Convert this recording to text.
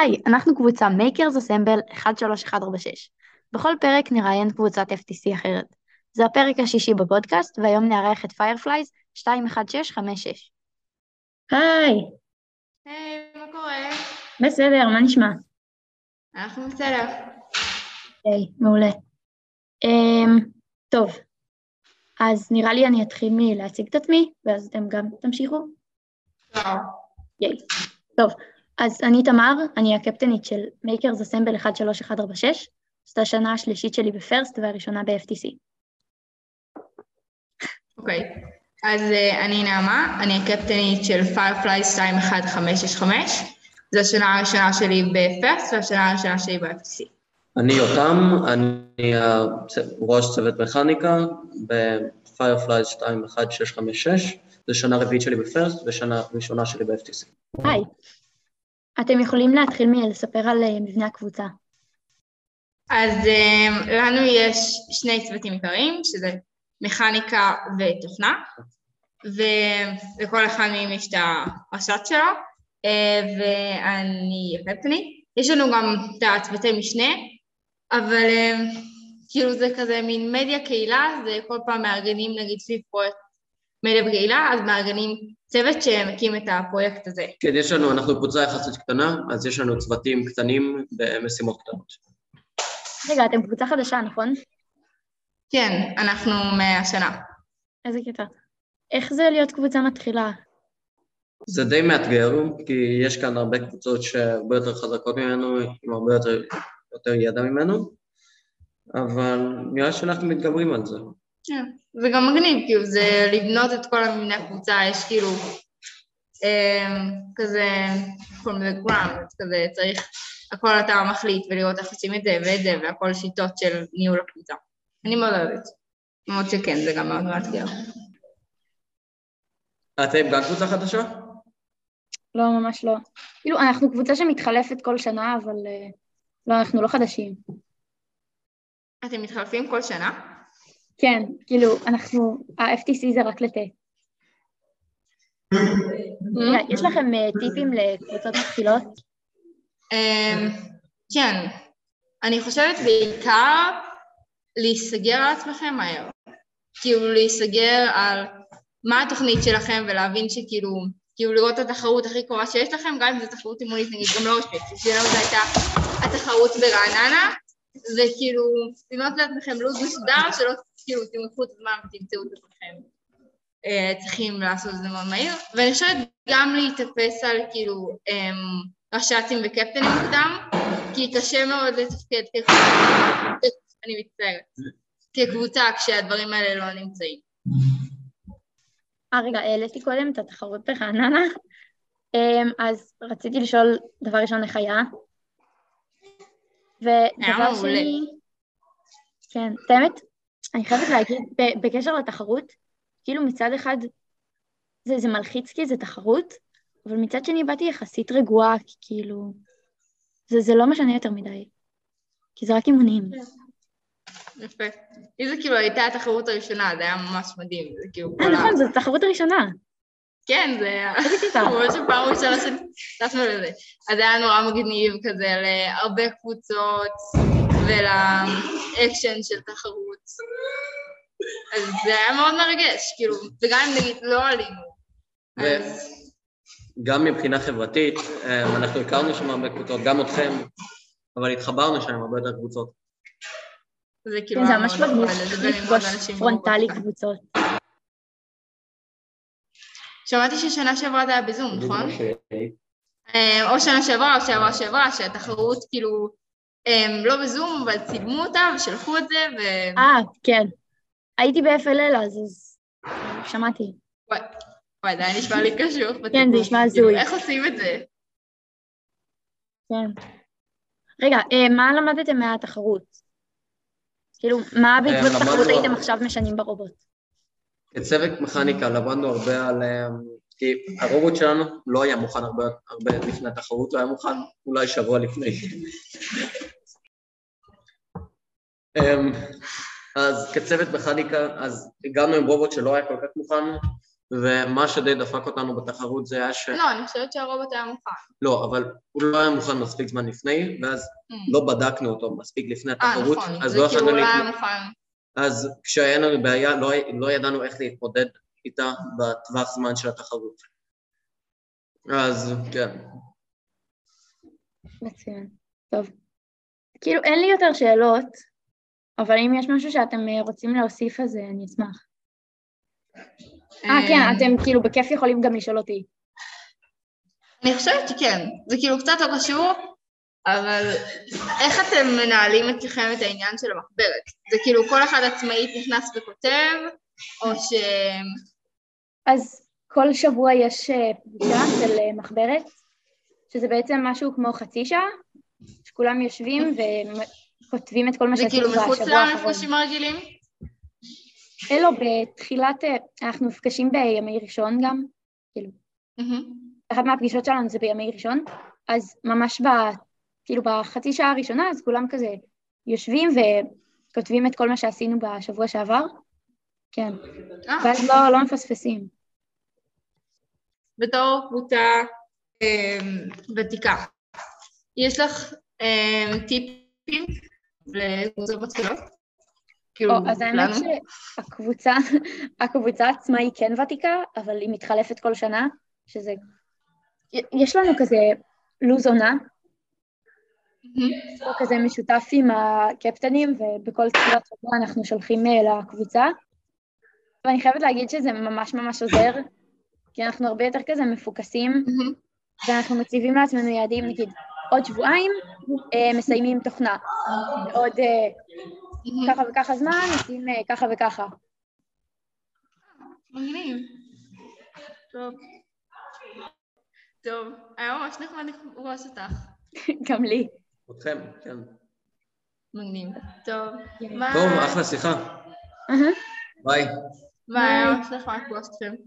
היי, אנחנו קבוצה Makers Assemble 13146. בכל פרק נראיין קבוצת FTC אחרת. זה הפרק השישי בפודקאסט, והיום נארח את Fireflies 21656. היי, היי, מה קורה? בסדר, מה נשמע? אנחנו בסדר. היי, מעולה. טוב, אז נראה לי אני אתחיל מלהציג את עצמי, ואז אתם גם תמשיכו. טוב. ייי. טוב, אז אני תמר, אני הקפטנית של Makers Assemble 13146, זאת השנה השלישית שלי בפרסט והראשונה ב-FTC. אוקיי, אז אני נעמה, אני הקפטנית של Fireflies 21565. זו השנה הראשונה שלי בפרסט והשנה הראשונה שלי ב-FTC. אני יותם, אני ראש צוות מכניקה ב-Fireflies 21656, זו שנה רביעית שלי בפרסט ושנה ראשונה שלי ב-FTC. היי, אתם יכולים להתחיל מלספר על מבנה הקבוצה. אז לנו יש שני צוותים עיקריים, שזה מכניקה ותוכנה, ולכל אחד מהם יש את הרשת שלו, ואני הקפטנית. יש לנו גם את הצוותי משנה, אבל כאילו זה כזה מין מדיה קהילה, זה כל פעם מארגנים נגיד סביב פרויקט מדיה וקהילה, אז מארגנים צוות שמקים את הפרויקט הזה. כן, אנחנו קבוצה יחסית קטנה, אז יש לנו צוותים קטנים במשימות קטנות. רגע, אתם קבוצה חדשה, נכון? כן, אנחנו מהשנה. איזה קטע. איך זה להיות קבוצה מתחילה? זה די מאתגר, כי יש כאן הרבה קבוצות שהרבה יותר חזקות ממנו, עם הרבה יותר ידע ממנו, אבל נראה שאנחנו מתגברים על זה. כן, זה גם מגניב, כאילו, זה לבנות את כל המבנה הקבוצה, יש כאילו כזה, כל מיני גראונד, כזה צריך, הכל אתה מחליט ולראות איך עושים את זה ואת זה, והכל שיטות של ניהול הקבוצה. אני מאוד אוהבת, מאוד שכן, זה גם מאוד מאתגר. אתם גם קבוצה חדשה? לא, ממש לא. כאילו, אנחנו קבוצה שמתחלפת כל שנה, אבל לא, אנחנו לא חדשים. אתם מתחלפים כל שנה? כן, כאילו, ה-FTC זה רק לתה. יש לכם טיפים לקבוצות מתחילות? כן, אני חושבת בעיקר להיסגר על עצמכם מהר. כאילו להיסגר על מה התוכנית שלכם ולהבין שכאילו, לראות את התחרות הכי קרובה שיש לכם, גם אם זו תחרות אימונית, נגיד, גם לא משפט, שזו הייתה התחרות ברעננה, וכאילו, לבנות לעצמכם לוז מסודר, שלא כאילו תמקחו את הזמן ותמצאו את עצמכם. צריכים לעשות את זה מאוד מהיר, ואני חושבת גם להתאפס על כאילו רש"צים וקפטנים מוקדם, כי קשה מאוד לתפקד אני מצטערת, כקבוצה כשהדברים האלה לא נמצאים. רגע, העליתי קודם את התחרות ברעננה, אז רציתי לשאול דבר ראשון איך היה, ודבר שני, כן, באמת, אני חייבת להגיד, בקשר לתחרות, כאילו מצד אחד, זה מלחיץ כי זה תחרות, אבל מצד שני באתי יחסית רגועה, כי כאילו, זה לא משנה יותר מדי, כי זה רק אימונים. יפה. זה כאילו הייתה התחרות הראשונה, זה היה ממש מדהים, זה כאילו נכון, זו התחרות הראשונה. כן, זה היה ממש פעם ראשונה שטסנו לזה. אז זה היה נורא מגניב כזה להרבה קבוצות ולאקשן של תחרות. אז זה היה מאוד מרגש, כאילו, וגם אם נגיד לא עלינו. גם מבחינה חברתית, אנחנו הכרנו שם הרבה קבוצות, גם אתכם, אבל התחברנו שם הרבה יותר קבוצות. זה כאילו זה ממש מגניב לפגוש פרונטלי קבוצות. שמעתי ששנה שעברה זה היה בזום, נכון? או שנה שעברה או שעברה, שהתחרות כאילו לא בזום, אבל צילמו אותה ושלחו את זה כן. הייתי ב-FLL אז שמעתי. וואי, זה היה נשמע לי קשוח. כן, זה נשמע זוי. איך עושים את זה? כן. רגע, מה למדתם מהתחרות? כאילו, מה בעקבות התחרות הייתם עכשיו משנים ברובוט? כצוות מכניקה למדנו הרבה על... כי הרובוט שלנו לא היה מוכן הרבה לפני התחרות, לא היה מוכן אולי שבוע לפני. אז כצוות מכניקה, אז הגענו עם רובוט שלא היה כל כך מוכן, ומה שדי דפק אותנו בתחרות זה היה לא, אני חושבת שהרובוט היה מוכן. לא, אבל הוא לא היה מוכן מספיק זמן לפני, ואז לא בדקנו אותו מספיק לפני התחרות, נכון, אז זה לא כאילו יכולנו לא היה מוכן. אז כשהיה לנו בעיה, לא ידענו איך להתמודד איתה בטווח זמן של התחרות. אז כן. מצוין. טוב. כאילו, אין לי יותר שאלות, אבל אם יש משהו שאתם רוצים להוסיף, אז אני אשמח. כן, אתם כאילו בכיף יכולים גם לשאול אותי. אני חושבת שכן, זה כאילו קצת לא קשור, אבל איך אתם מנהלים אצלכם את העניין של המחברת? זה כאילו כל אחד עצמאית נכנס וכותב, או ש... אז כל שבוע יש פגישה של מחברת, שזה בעצם משהו כמו חצי שעה, שכולם יושבים וכותבים את כל מה שעשינו בשבוע האחרון. זה כאילו מחוץ למפגשים הרגילים? לא, בתחילת, אנחנו מפגשים בימי ראשון גם, כאילו. אחת מהפגישות שלנו זה בימי ראשון, אז ממש כאילו בחצי שעה הראשונה, אז כולם כזה יושבים וכותבים את כל מה שעשינו בשבוע שעבר. כן. ואז לא מפספסים. בתור קבוצה ותיקה, יש לך טיפים לקבוצות מתחילות? אז האמת שהקבוצה עצמה היא כן ותיקה, אבל היא מתחלפת כל שנה, שזה... יש לנו כזה לוז עונה, כזה משותף עם הקפטנים, ובכל תחילת שבוע אנחנו שולחים לקבוצה, ואני חייבת להגיד שזה ממש ממש עוזר, כי אנחנו הרבה יותר כזה מפוקסים, ואנחנו מציבים לעצמנו יעדים, נגיד, עוד שבועיים מסיימים תוכנה, עוד ככה וככה זמן, עושים ככה וככה. מגניב. טוב, היה ממש נחמד לפגוש אותך. גם לי. אתכם, כן. מגניב. טוב, טוב, אחלה שיחה. ביי. ביי, היה ממש נחמד לפגוש אתכם.